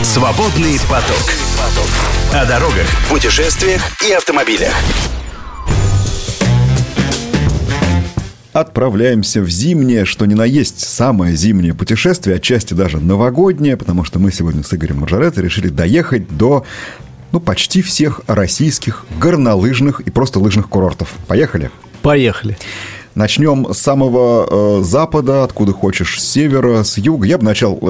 Свободный поток. О дорогах, путешествиях и автомобилях. Отправляемся в зимнее, что ни на есть самое зимнее путешествие, отчасти даже новогоднее, потому что мы сегодня с Игорем Маржаретто решили доехать до почти всех российских горнолыжных и просто лыжных курортов. Поехали? Поехали. Начнем с самого запада, откуда хочешь, с севера, с юга. Я бы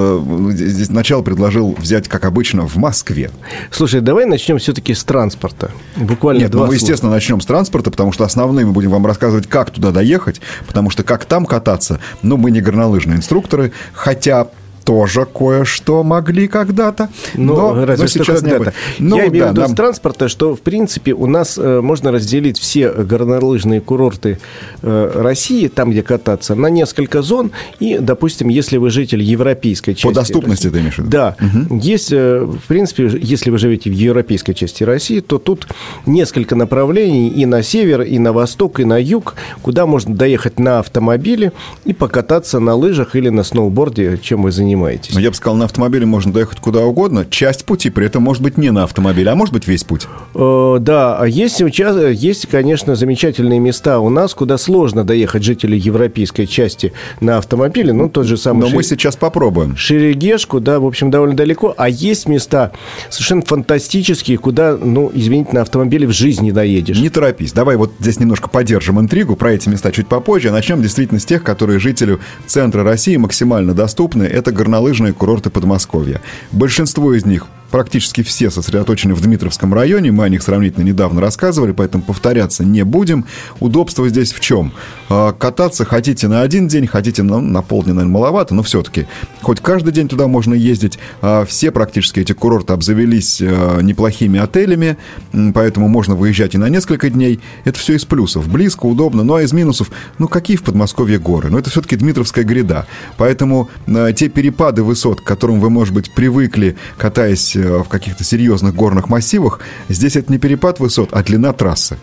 начало предложил взять, как обычно, в Москве. Слушай, давай начнем все-таки с транспорта. Буквально Нет, мы, естественно, начнем с транспорта, потому что основные мы будем вам рассказывать, как туда доехать, потому что как там кататься, мы не горнолыжные инструкторы, хотя... тоже кое-что могли когда-то, но сейчас когда-то. Я имею в виду с транспорта, что, в принципе, у нас можно разделить все горнолыжные курорты России, там, где кататься, на несколько зон. И, допустим, если вы житель европейской части... По доступности России, ты имеешь в виду? Да. Угу. Есть, в принципе, если вы живете в европейской части России, то тут несколько направлений и на север, и на восток, и на юг, куда можно доехать на автомобиле и покататься на лыжах или на сноуборде, чем вы занимаетесь. Но я бы сказал, на автомобиле можно доехать куда угодно. Часть пути при этом может быть не на автомобиле, а может быть весь путь. Да, а есть, конечно, замечательные места у нас, куда сложно доехать жителю европейской части на автомобиле. Тот же самый... Но мы сейчас попробуем. Шерегешку, да, в общем, довольно далеко. А есть места совершенно фантастические, куда, извините, на автомобиле в жизни не доедешь. Не торопись. Давай вот здесь немножко поддержим интригу. Про эти места чуть попозже. Начнем действительно с тех, которые жителю центра России максимально доступны. Это горнолыжные курорты Подмосковья. Большинство из них, практически все, сосредоточены в Дмитровском районе. Мы о них сравнительно недавно рассказывали, поэтому повторяться не будем. Удобство здесь в чем? Кататься хотите на один день, хотите на полдня, наверное, маловато, но все-таки хоть каждый день туда можно ездить. Все практически эти курорты обзавелись неплохими отелями, поэтому можно выезжать и на несколько дней. Это все из плюсов. Близко, удобно. Ну а из минусов, какие в Подмосковье горы? Это все-таки Дмитровская гряда. Поэтому те перепады высот, к которым вы, может быть, привыкли, катаясь в каких-то серьезных горных массивах, здесь это не перепад высот, а длина трассы.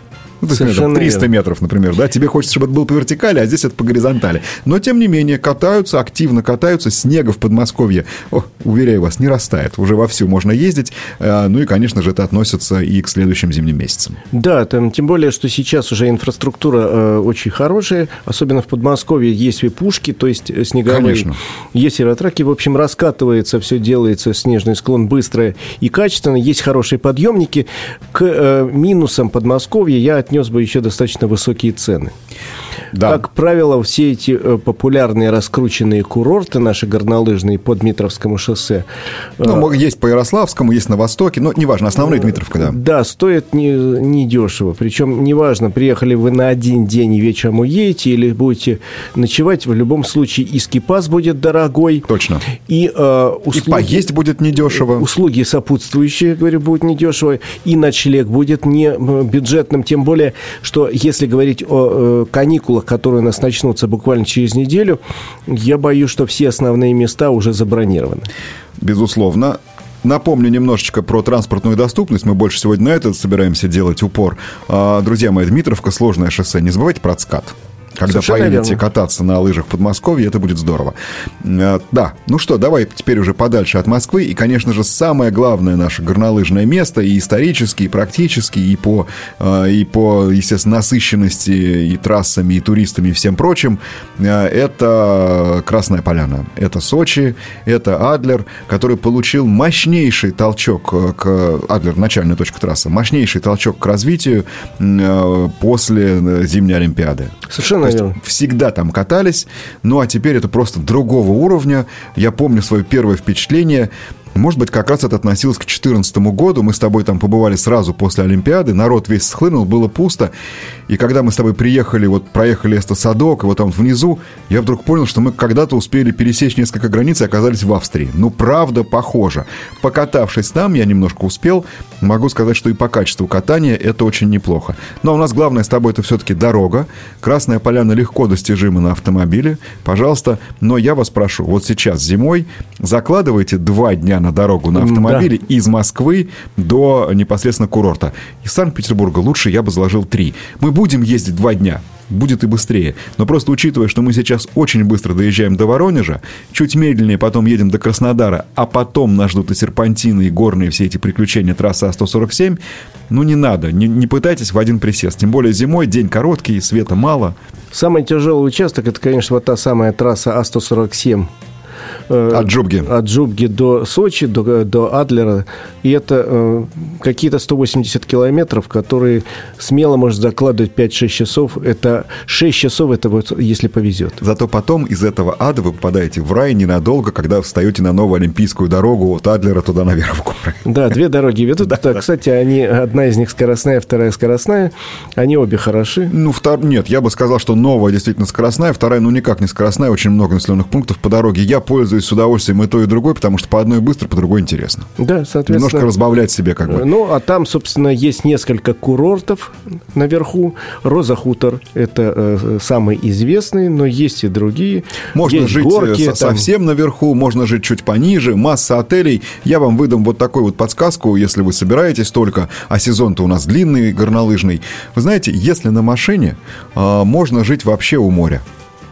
300 метров, например, да? Тебе хочется, чтобы это было по вертикали, а здесь это по горизонтали. Но, тем не менее, активно катаются. Снега в Подмосковье, уверяю вас, не растает. Уже вовсю можно ездить. И, конечно же, это относится и к следующим зимним месяцам. Да, тем более, что сейчас уже инфраструктура очень хорошая. Особенно в Подмосковье есть випушки, то есть снеговые. Конечно. Есть сервотраки. В общем, раскатывается, все делается, снежный склон быстро и качественно. Есть хорошие подъемники. К минусам Подмосковья я отнес бы еще достаточно высокие цены. Да. Как правило, все эти популярные раскрученные курорты наши горнолыжные по Дмитровскому шоссе... есть по Ярославскому, есть на Востоке, но неважно, основная Дмитровка, да. Да, стоят недешево. Причем, неважно, приехали вы на один день и вечером уедете или будете ночевать, в любом случае и скипас будет дорогой. Точно. И поесть будет недешево. Услуги сопутствующие, говорю, будут недешево. И ночлег будет не бюджетным, тем более, что если говорить о каникулах, которые у нас начнутся буквально через неделю, я боюсь, что все основные места уже забронированы. Безусловно. Напомню немножечко про транспортную доступность. Мы больше сегодня на это собираемся делать упор. Друзья мои, Дмитровка — сложное шоссе. Не забывайте про откат. Когда поедете кататься на лыжах в Подмосковье, это будет здорово. Да, давай теперь уже подальше от Москвы. И, конечно же, самое главное наше горнолыжное место, и исторически, и практически, и по, естественно, насыщенности и трассами, и туристами, и всем прочим, это Красная Поляна. Это Сочи, это Адлер, который получил мощнейший толчок Адлер, начальная точка трассы, мощнейший толчок к развитию после зимней Олимпиады. Совершенно всегда там катались, а теперь это просто другого уровня. Я помню свое первое впечатление. Может быть, как раз это относилось к 2014 году. Мы с тобой там побывали сразу после Олимпиады. Народ весь схлынул, было пусто. И когда мы с тобой приехали, проехали Эстосадок, и там внизу, я вдруг понял, что мы когда-то успели пересечь несколько границ и оказались в Австрии. Правда, похоже. Покатавшись там, я немножко успел. Могу сказать, что и по качеству катания это очень неплохо. Но у нас главное с тобой — это все-таки дорога. Красная Поляна легко достижима на автомобиле. Пожалуйста, но я вас прошу, вот сейчас зимой закладывайте 2 дня на дорогу на автомобиле из Москвы до непосредственно курорта. Из Санкт-Петербурга лучше я бы заложил 3. Мы будем ездить 2 дня. будет и быстрее. Но просто учитывая, что мы сейчас очень быстро доезжаем до Воронежа, чуть медленнее потом едем до Краснодара, а потом нас ждут и серпантины, и горные все эти приключения трассы А147, ну не надо, не пытайтесь в один присест. Тем более зимой, день короткий, света мало. Самый тяжелый участок, это, конечно, вот та самая трасса А147. От Джубги до Сочи, до Адлера. И это какие-то 180 километров, которые смело можно закладывать 5-6 часов. Это 6 часов, это вот если повезет. Зато потом из этого ада вы попадаете в рай ненадолго, когда встаете на новую Олимпийскую дорогу от Адлера туда наверх. Да, 2 дороги ведут. Да. Кстати, одна из них скоростная, вторая скоростная. Они обе хороши. Нет, я бы сказал, что новая действительно скоростная, вторая, никак не скоростная. Очень много населенных пунктов по дороге. Я пользуюсь с удовольствием и той, и другой, потому что по одной быстро, по другой интересно. Да, соответственно. Немножко разбавлять себе как бы. Ну, а там, собственно, есть несколько курортов наверху. Роза-Хутор – это самый известный, но есть и другие. Можно есть жить горки, совсем наверху, можно жить чуть пониже, масса отелей. Я вам выдам вот такую вот подсказку, если вы собираетесь только, а сезон-то у нас длинный, горнолыжный. Вы знаете, если на машине, можно жить вообще у моря.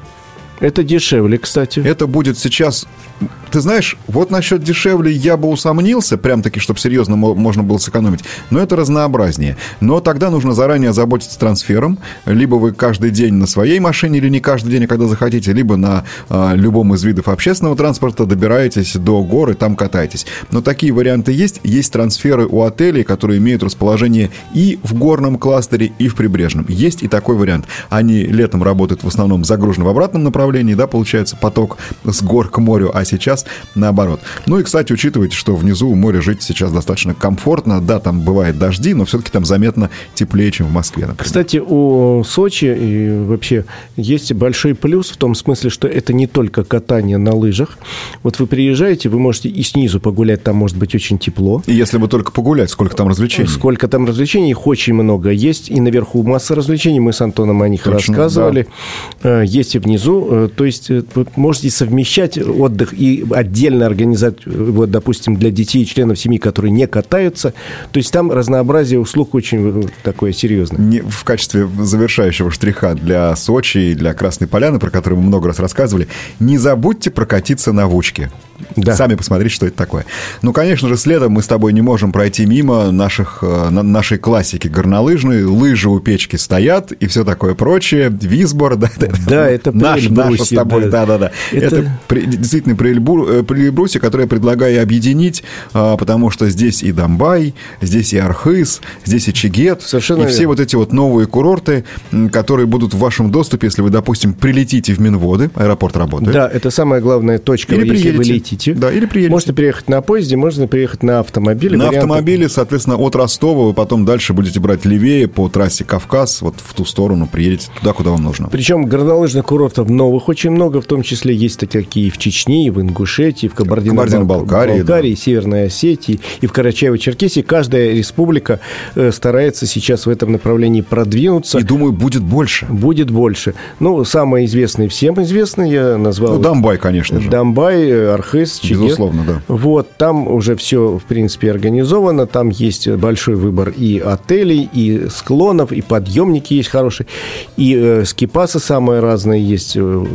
Это дешевле, кстати. Это будет сейчас... Ты знаешь, вот насчет дешевле я бы усомнился, прям-таки, чтобы серьезно можно было сэкономить. Но это разнообразнее. Но тогда нужно заранее озаботиться трансфером. Либо вы каждый день на своей машине, или не каждый день, а когда захотите, либо на любом из видов общественного транспорта добираетесь до гор и там катаетесь. Но такие варианты есть. Есть трансферы у отелей, которые имеют расположение и в горном кластере, и в прибрежном. Есть и такой вариант. Они летом работают в основном загружены в обратном направлении, да, получается поток с гор к морю, а сейчас наоборот. Ну и, кстати, учитывайте, что внизу у моря жить сейчас достаточно комфортно. Да, там бывают дожди, но все-таки там заметно теплее, чем в Москве, например. Кстати, у Сочи и вообще есть большой плюс в том смысле, что это не только катание на лыжах. Вот вы приезжаете, вы можете и снизу погулять, там может быть очень тепло. И если бы только погулять, сколько там развлечений? Сколько там развлечений, их очень много. Есть и наверху масса развлечений, мы с Антоном о них рассказывали. Да. Есть и внизу. То есть вы можете совмещать отдых и отдельно организовать, вот, допустим, для детей и членов семьи, которые не катаются. То есть там разнообразие услуг очень такое серьезное. В качестве завершающего штриха для Сочи и для Красной Поляны, про которые мы много раз рассказывали, не забудьте прокатиться на Вучке. Да. Сами посмотрите, что это такое. Ну, конечно же, следом мы с тобой не можем пройти мимо нашей классики горнолыжной. Лыжи у печки стоят и все такое прочее. Висбор, да, это наша с тобой, да. Это действительно при Эльбрусе, который я предлагаю объединить, потому что здесь и Домбай, здесь и Архыз, здесь и Чегет. Совершенно и верно. Все вот эти вот новые курорты, которые будут в вашем доступе, если вы, допустим, прилетите в Минводы, аэропорт работает. Да, это самая главная точка, или если вы летите. Да, или приедете. Можете приехать на поезде, можно приехать на автомобиле. На автомобиле, соответственно, от Ростова вы потом дальше будете брать левее по трассе Кавказ, вот в ту сторону приедете туда, куда вам нужно. Причем горнолыжных курортов новых очень много, в том числе есть такие и в Чечне, и в Ингушетии, в Кабардино-Балкарии, да. И Северной Осетии, и в Карачаево-Черкесии. Каждая республика старается сейчас в этом направлении продвинуться. И, думаю, будет больше. Будет больше. Ну, самый известный, всем известный, я назвал... Ну, Домбай, конечно же. Домбай, Архыз, Чегет. Безусловно, да. Вот, там уже все, в принципе, организовано. Там есть большой выбор и отелей, и склонов, и подъемники есть хорошие, и скипасы самые разные есть.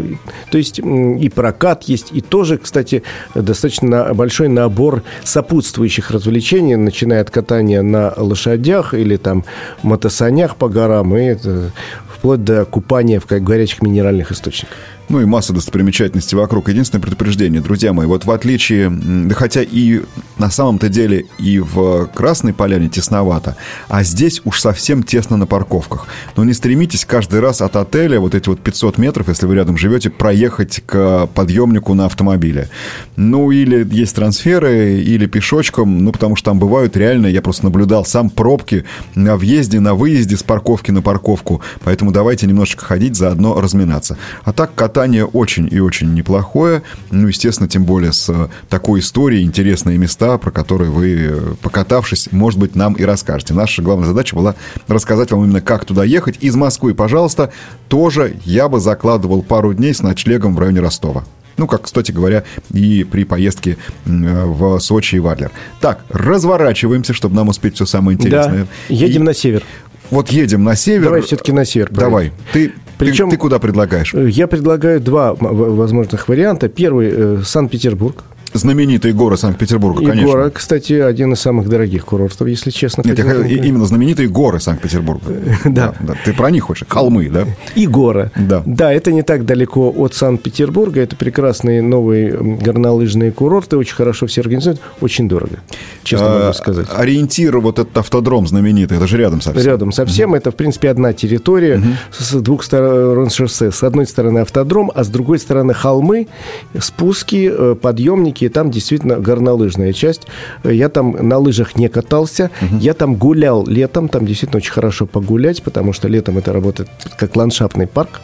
То есть и прокат есть, и тоже, кстати, достаточно большой набор сопутствующих развлечений, начиная от катания на лошадях или там мотосанях по горам, и вплоть до купания в горячих минеральных источниках. Ну и масса достопримечательностей вокруг. Единственное предупреждение, друзья мои, вот в отличие, да хотя и на самом-то деле и в Красной Поляне тесновато, а здесь уж совсем тесно на парковках. Но не стремитесь каждый раз от отеля, вот эти вот 500 метров, если вы рядом живете, проехать к подъемнику на автомобиле. Ну или есть трансферы, или пешочком, ну потому что там бывают реально, я просто наблюдал сам пробки на въезде, на выезде с парковки на парковку, поэтому давайте немножечко ходить, заодно разминаться. А так катание очень и очень неплохое. Ну, естественно, тем более с такой историей, интересные места, про которые вы, покатавшись, может быть, нам и расскажете. Наша главная задача была рассказать вам именно, как туда ехать. Из Москвы, пожалуйста, тоже я бы закладывал пару дней с ночлегом в районе Ростова. Ну, как, кстати говоря, и при поездке в Сочи и в Адлер. Так, разворачиваемся, чтобы нам успеть все самое интересное. Да, едем на север. Вот едем на север. Давай все-таки на север. Давай. Ты Причем ты куда предлагаешь? Я предлагаю два возможных варианта. Первый – Санкт-Петербург. Знаменитые горы Санкт-Петербурга, и конечно. Гора, кстати, один из самых дорогих курортов, если честно. Нет, именно знаменитые горы Санкт-Петербурга. Да. Ты про них хочешь? Холмы, да? И Гора. Да. Да, это не так далеко от Санкт-Петербурга. Это прекрасные новые горнолыжные курорты. Очень хорошо все организуют. Очень дорого, честно могу сказать. Ориентир, вот этот автодром знаменитый, это же рядом совсем. Рядом совсем. Это, в принципе, одна территория с двух сторон шоссе. С одной стороны автодром, а с другой стороны холмы, спуски, подъемники. И там действительно горнолыжная часть. Я там на лыжах не катался. Я там гулял летом. Там действительно очень хорошо погулять, потому что летом это работает как ландшафтный парк.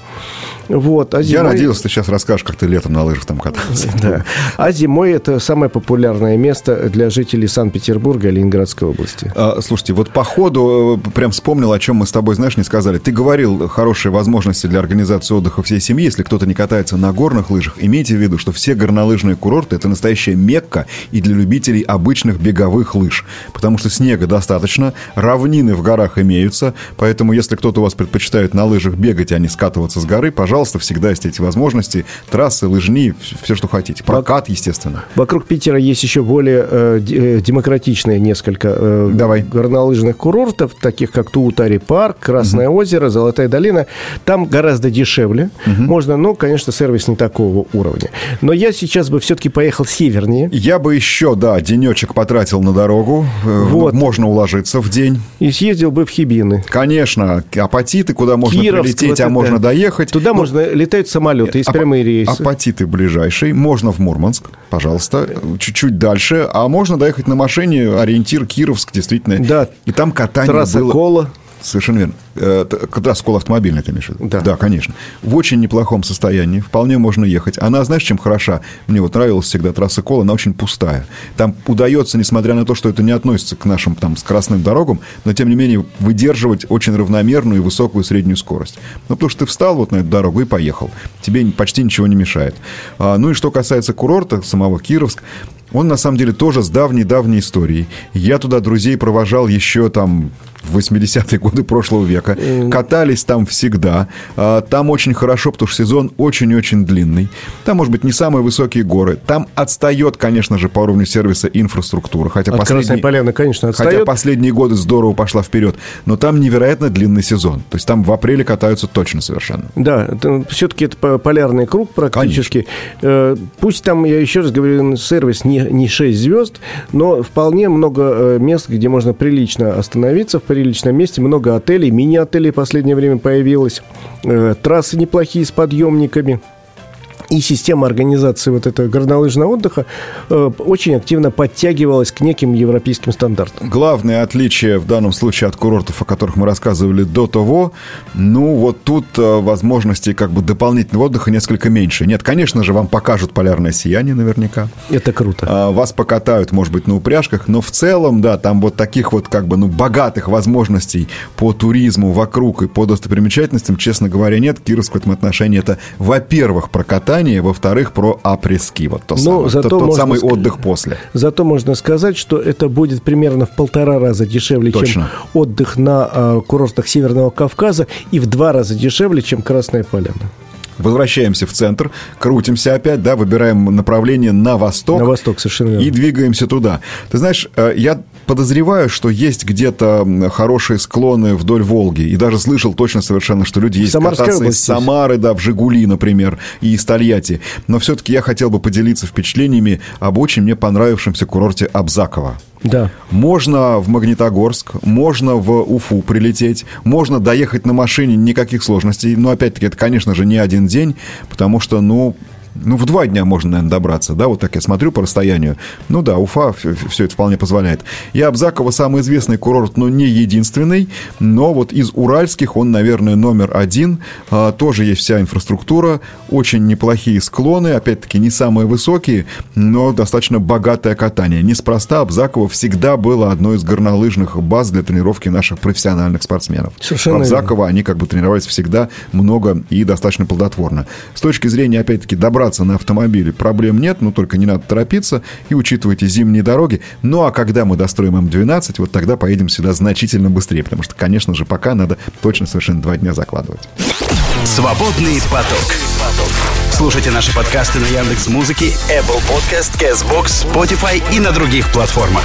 Вот. А зимой... Я надеялся, ты сейчас расскажешь, как ты летом на лыжах там катался. Да. А зимой это самое популярное место для жителей Санкт-Петербурга и Ленинградской области. Слушайте, вот по ходу прям вспомнил, о чем мы с тобой, знаешь, не сказали. Ты говорил, хорошие возможности для организации отдыха всей семьи. Если кто-то не катается на горных лыжах, имейте в виду, что все горнолыжные курорты – это настоящая Мекка и для любителей обычных беговых лыж. Потому что снега достаточно, равнины в горах имеются. Поэтому, если кто-то у вас предпочитает на лыжах бегать, а не скатываться с горы, пожалуйста, всегда есть эти возможности. Трассы, лыжни, все, что хотите. Прокат, естественно. Вокруг Питера есть еще более демократичные несколько горнолыжных курортов, таких как Туутари парк, Красное озеро, Золотая долина. Там гораздо дешевле. Можно, но, конечно, сервис не такого уровня. Но я сейчас бы все-таки поехал севернее. Я бы еще, денечек потратил на дорогу. Вот. Можно уложиться в день. И съездил бы в Хибины. Конечно. Апатиты, куда можно Кировск, прилететь, а можно доехать. Туда можно летают самолеты, есть прямые рейсы. Апатиты ближайший. Можно в Мурманск, пожалуйста. Чуть-чуть дальше. А можно доехать на машине. Ориентир Кировск, действительно. Да. И там катание трасса было... Кола. Совершенно верно. Да, скола автомобильная, ты имеешь в виду? Да. Да, конечно. В очень неплохом состоянии. Вполне можно ехать. Она, знаешь, чем хороша? Мне вот нравилась всегда трасса Кола. Она очень пустая. Там удается, несмотря на то, что это не относится к нашим там скоростным дорогам, но, тем не менее, выдерживать очень равномерную и высокую среднюю скорость. Ну, потому что ты встал вот на эту дорогу и поехал. Тебе почти ничего не мешает. Ну, и что касается курорта, самого Кировск, он, на самом деле, тоже с давней-давней историей. Я туда друзей провожал еще там в 80-е годы прошлого века. Катались там всегда. Там очень хорошо, потому что сезон очень-очень длинный. Там, может быть, не самые высокие горы. Там отстает, конечно же, по уровню сервиса инфраструктура. Хотя Красной Поляны, конечно, отстает. Хотя последние годы здорово пошла вперед. Но там невероятно длинный сезон. То есть там в апреле катаются точно совершенно. Да, все-таки это полярный круг практически. Конечно. Пусть там, я еще раз говорю, сервис не 6 звезд, но вполне много мест, где можно прилично остановиться, в приличном месте, много отелей, мини-отелей в последнее время появилось, трассы неплохие с подъемниками. И система организации вот этого горнолыжного отдыха очень активно подтягивалась к неким европейским стандартам. Главное отличие в данном случае от курортов, о которых мы рассказывали до того, вот тут возможностей как бы дополнительного отдыха несколько меньше. Нет, конечно же, вам покажут полярное сияние наверняка. Это круто. Вас покатают, может быть, на упряжках, но в целом, там вот таких вот как бы, богатых возможностей по туризму вокруг и по достопримечательностям, честно говоря, нет. Кировск в этом отношении это, во-первых, про катание, во-вторых, про апрески. Вот тот самый отдых после. Зато можно сказать, что это будет примерно в 1,5 раза дешевле, чем отдых на курортах Северного Кавказа, и в 2 раза дешевле, чем Красная Поляна. Возвращаемся в центр, крутимся опять, выбираем направление на восток. На восток, совершенно верно. И двигаемся туда. Ты знаешь, я подозреваю, что есть где-то хорошие склоны вдоль Волги. И даже слышал точно совершенно, что люди ездят кататься из Самары, в Жигули, например, и из Тольятти. Но все-таки я хотел бы поделиться впечатлениями об очень мне понравившемся курорте Абзаково. Да. Можно в Магнитогорск, можно в Уфу прилететь, можно доехать на машине, никаких сложностей. Но, опять-таки, это, конечно же, не один день, потому что, в 2 дня можно, наверное, добраться, вот так я смотрю по расстоянию. Уфа все это вполне позволяет. И Абзаково самый известный курорт, но не единственный, но вот из уральских он, наверное, номер 1. Тоже есть вся инфраструктура, очень неплохие склоны, опять-таки, не самые высокие, но достаточно богатое катание. Неспроста Абзаково всегда было одной из горнолыжных баз для тренировки наших профессиональных спортсменов. Совершенно Абзаково они как бы тренировались всегда много и достаточно плодотворно. С точки зрения, опять-таки, добраться покататься на автомобиле, проблем нет, но только не надо торопиться и учитывайте зимние дороги. Ну, а когда мы достроим М12, вот тогда поедем сюда значительно быстрее, потому что, конечно же, пока надо точно совершенно 2 дня закладывать. Свободный поток. Слушайте наши подкасты на Яндекс.Музыке, Apple Podcast, Castbox, Spotify и на других платформах.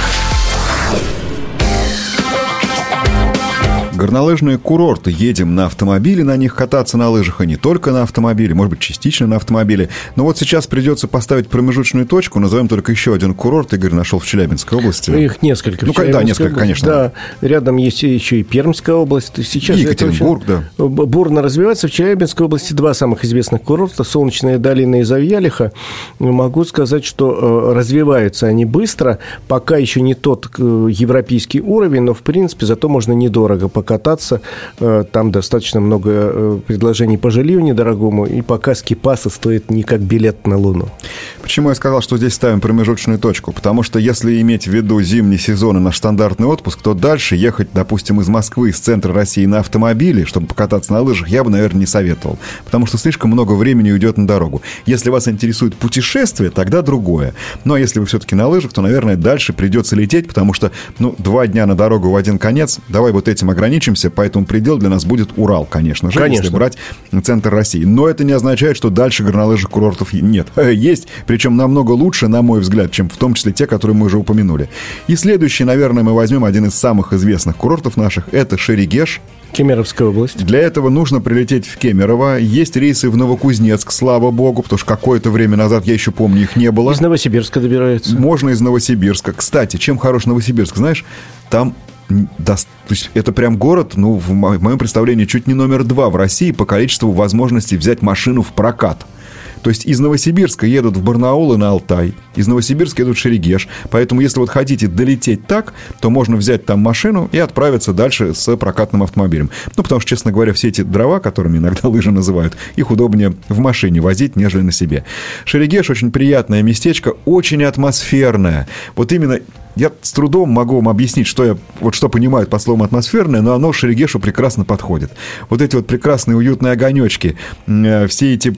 Горнолыжные курорты. Едем на автомобиле, на них кататься на лыжах, и не только на автомобиле, может быть, частично на автомобиле. Но вот сейчас придется поставить промежуточную точку. Назовем только еще один курорт. Игорь нашел в Челябинской области. Их несколько. Ну, да, несколько, конечно. Да, рядом есть еще и Пермская область. Сейчас Екатеринбург, да. Бурно развивается. В Челябинской области 2 самых известных курорта. Солнечная долина и Завьялиха. Могу сказать, что развиваются они быстро. Пока еще не тот европейский уровень, но, в принципе, зато можно недорого покататься. Там достаточно много предложений по жилью недорогому, и пока скипасы стоит не как билет на Луну. Почему я сказал, что здесь ставим промежуточную точку? Потому что если иметь в виду зимний сезон и наш стандартный отпуск, то дальше ехать, допустим, из Москвы, из центра России на автомобиле, чтобы покататься на лыжах, я бы, наверное, не советовал. Потому что слишком много времени уйдет на дорогу. Если вас интересует путешествие, тогда другое. Ну, а если вы все-таки на лыжах, то, наверное, дальше придется лететь, потому что, 2 дня на дорогу в один конец, давай вот этим ограничимся, поэтому предел для нас будет Урал, конечно же, если брать центр России. Но это не означает, что дальше горнолыжных курортов нет. Есть, причем намного лучше, на мой взгляд, чем в том числе те, которые мы уже упомянули. И следующий, наверное, мы возьмем один из самых известных курортов наших, это Шерегеш. Кемеровская область. Для этого нужно прилететь в Кемерово. Есть рейсы в Новокузнецк, слава богу, потому что какое-то время назад, я еще помню, их не было. Из Новосибирска добираются. Можно из Новосибирска. Кстати, чем хорош Новосибирск, знаешь, там... То есть это прям город, в моем представлении, чуть не номер 2 в России по количеству возможностей взять машину в прокат. То есть из Новосибирска едут в Барнаул и на Алтай, из Новосибирска едут в Шерегеш. Поэтому если вот хотите долететь так, то можно взять там машину и отправиться дальше с прокатным автомобилем. Потому что, честно говоря, все эти дрова, которыми иногда лыжи называют, их удобнее в машине возить, нежели на себе. Шерегеш очень приятное местечко, очень атмосферное. Вот именно... Я с трудом могу вам объяснить, что понимают под словом «атмосферное», но оно Шерегешу прекрасно подходит. Вот эти вот прекрасные уютные огонечки, все эти...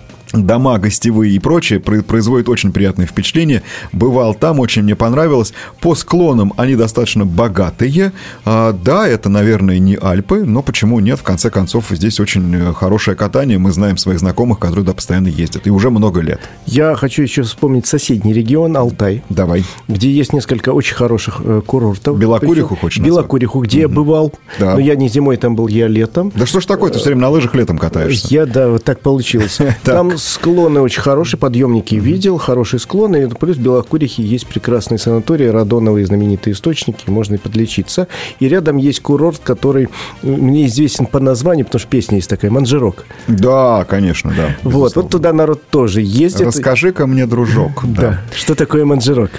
дома гостевые и прочее производят очень приятное впечатление. Бывал там, очень мне понравилось. По склонам они достаточно богатые. Да, это, наверное, не Альпы, но почему нет? В конце концов, здесь очень хорошее катание. Мы знаем своих знакомых, которые туда постоянно ездят. И уже много лет. Я хочу еще вспомнить соседний регион, Алтай. Давай. Где есть несколько очень хороших курортов. Белокуриху хочешь назвать? Белокуриху, где я бывал. Да. Но я не зимой там был, я летом. Да что ж такое, ты все время на лыжах летом катаешься. Вот так получилось. Там склоны очень хорошие, подъемники видел, хорошие склоны. Плюс в Белокурихе есть прекрасные санатории, радоновые знаменитые источники, можно и подлечиться. И рядом есть курорт, который мне известен по названию, потому что песня есть такая, Манжерок. Да, конечно, да. Вот туда народ тоже ездит. Расскажи-ка мне, дружок. Да. Что такое Манжерок?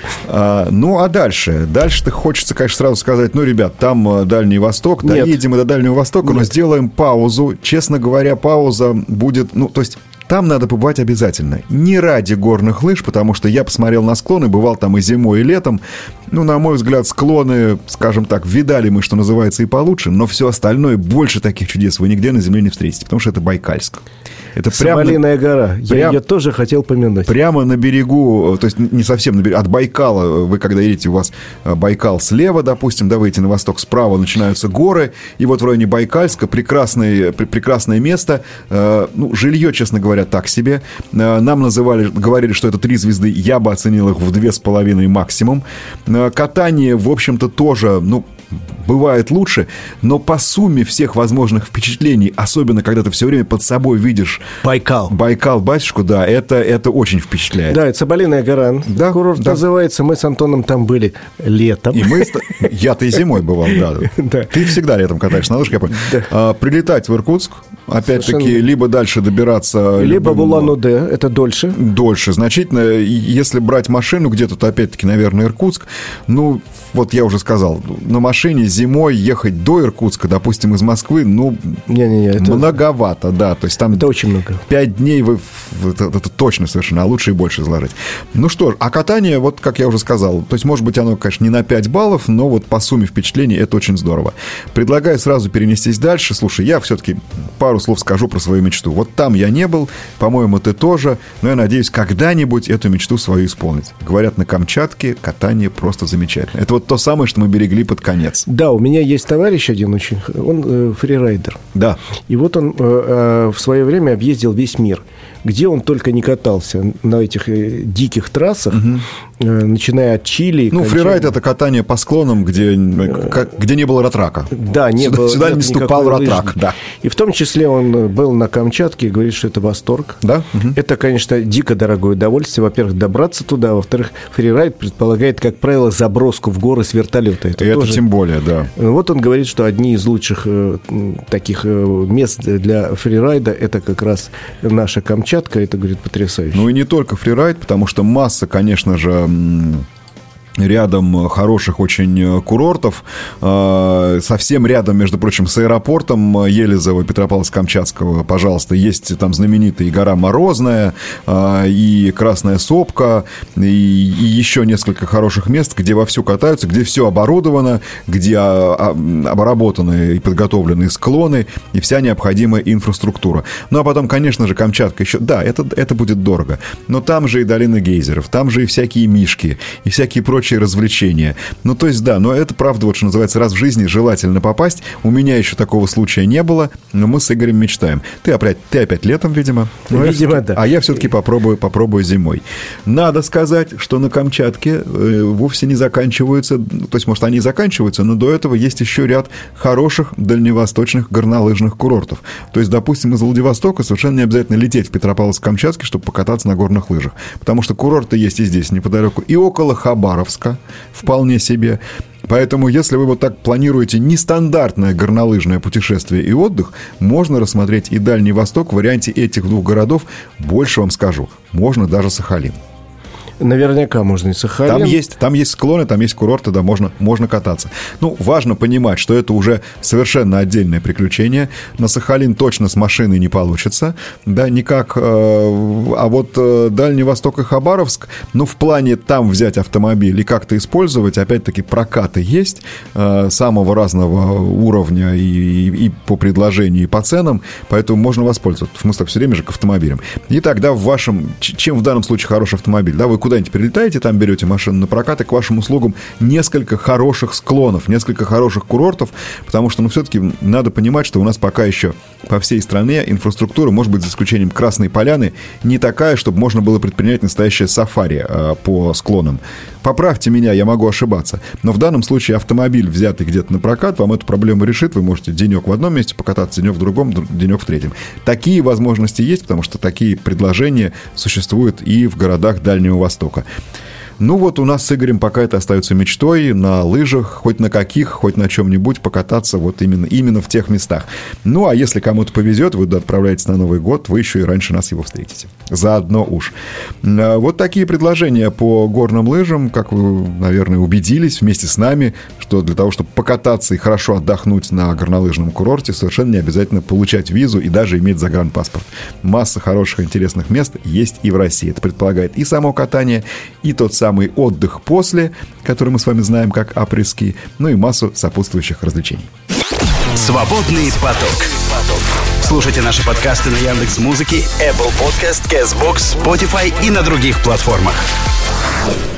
А дальше? Дальше-то хочется, конечно, сразу сказать, ребят, там Дальний Восток, доедем и до Дальнего Востока, но сделаем паузу. Честно говоря, пауза будет, то есть... Там надо побывать обязательно. Не ради горных лыж, потому что я посмотрел на склоны, бывал там и зимой, и летом. На мой взгляд, склоны, скажем так, видали мы, что называется, и получше, но все остальное, больше таких чудес вы нигде на земле не встретите, потому что это Байкальск. Это Соболиная гора. Я ее тоже хотел помянуть. Прямо на берегу, то есть не совсем на берегу, от Байкала, вы когда едете, у вас Байкал слева, допустим, да, вы идете на восток, справа начинаются горы, и вот в районе Байкальска прекрасное место, жилье, честно говоря, так себе. Нам говорили, что это 3 звезды, я бы оценил их в 2,5 максимум. Катание, в общем-то, тоже, бывает лучше, но по сумме всех возможных впечатлений, особенно когда ты все время под собой видишь Байкал, батюшку, да, это очень впечатляет. Да, это Соболиная гора. Да, курорт называется. Мы с Антоном там были летом. Я-то и зимой бывал, да. Ты всегда летом катаешься на лыжах, я понял. Прилетать в Иркутск, опять-таки, либо дальше добираться... Либо в Улан-Удэ, это дольше. Дольше, значительно. Если брать машину где-то, то опять-таки, наверное, Иркутск. Вот я уже сказал, на машине зимой ехать до Иркутска, допустим, из Москвы, это многовато, да. То есть там это очень много. 5 дней это точно совершенно, а лучше и больше изложить. Что ж, а катание, вот как я уже сказал, то есть, может быть, оно, конечно, не на 5 баллов, но вот по сумме впечатлений это очень здорово. Предлагаю сразу перенестись дальше. Слушай, я все-таки пару слов скажу про свою мечту. Вот там я не был, по-моему, ты тоже, но я надеюсь когда-нибудь эту мечту свою исполнить. Говорят, на Камчатке катание просто замечательно. Это вот то самое, что мы берегли под конец. Да, у меня есть товарищ один очень, он фрирайдер. Да. И вот он в свое время объездил весь мир. Где он только не катался на этих диких трассах, начиная от Чили. Ну, фрирайд — это катание по склонам, где не было ратрака. Да, не было. Сюда не ступал ратрак. Да. И в том числе он был на Камчатке и говорит, что это восторг. Да? Это, конечно, дико дорогое удовольствие. Во-первых, добраться туда. Во-вторых, фрирайд предполагает, как правило, заброску в горы с вертолета. Это тем более, да. Вот он говорит, что одни из лучших таких мест для фрирайда — это как раз наша Камчатка. Это, говорит, потрясающе. Ну и не только фрирайд, потому что масса, конечно же, рядом хороших очень курортов, совсем рядом, между прочим, с аэропортом Елизово, Петропавловск-Камчатского, пожалуйста, есть там знаменитая и гора Морозная, и Красная Сопка, и еще несколько хороших мест, где вовсю катаются, где все оборудовано, где обработаны и подготовлены склоны, и вся необходимая инфраструктура. Ну, а потом, конечно же, Камчатка еще, да, это будет дорого, но там же и долина гейзеров, там же и всякие мишки, и всякие прочие развлечения. Ну, то есть, да, но это правда, вот что называется, раз в жизни желательно попасть. У меня еще такого случая не было, но мы с Игорем мечтаем. Ты опять летом, видимо. Видимо, да. А я все-таки попробую зимой. Надо сказать, что на Камчатке вовсе не заканчиваются, то есть, может, они и заканчиваются, но до этого есть еще ряд хороших дальневосточных горнолыжных курортов. То есть, допустим, из Владивостока совершенно не обязательно лететь в Петропавловск-Камчатский, чтобы покататься на горных лыжах. Потому что курорты есть и здесь, неподалеку, и около Хабаровска вполне себе. Поэтому, если вы вот так планируете нестандартное горнолыжное путешествие и отдых, можно рассмотреть и Дальний Восток в варианте этих двух городов. Больше вам скажу, можно даже Сахалин. Наверняка можно и Сахалин. Там есть склоны, там есть курорты, да, можно кататься. Ну, важно понимать, что это уже совершенно отдельное приключение. На Сахалин точно с машиной не получится, да, никак. А вот Дальний Восток и Хабаровск, ну, в плане там взять автомобиль и как-то использовать, опять-таки, прокаты есть самого разного уровня и по предложению, и по ценам, поэтому можно воспользоваться. Мы все время же к автомобилям. И тогда чем в данном случае хороший автомобиль, да, вы куда-нибудь прилетаете, там берете машину на прокат, и к вашим услугам несколько хороших склонов, несколько хороших курортов, потому что, ну, все-таки надо понимать, что у нас пока еще по всей стране инфраструктура, может быть, за исключением Красной Поляны, не такая, чтобы можно было предпринять настоящее сафари по склонам. Поправьте меня, я могу ошибаться, но в данном случае автомобиль, взятый где-то на прокат, вам эту проблему решит. Вы можете денек в одном месте покататься, денек в другом, денек в третьем. Такие возможности есть, потому что такие предложения существуют и в городах Дальнего Востока. Ну вот у нас с Игорем пока это остается мечтой на лыжах, хоть на каких, хоть на чем-нибудь покататься вот именно в тех местах. Ну а если кому-то повезет, вы отправляетесь на Новый год, вы еще и раньше нас его встретите. Заодно уж. Вот такие предложения по горным лыжам, как вы, наверное, убедились вместе с нами, что для того, чтобы покататься и хорошо отдохнуть на горнолыжном курорте, совершенно не обязательно получать визу и даже иметь загранпаспорт. Масса хороших интересных мест есть и в России. Это предполагает и само катание, и тот самый отдых после, который мы с вами знаем как апрески, ну и массу сопутствующих развлечений. Свободный поток. Слушайте наши подкасты на Яндекс.Музыке, Apple Podcast, Castbox, Spotify и на других платформах.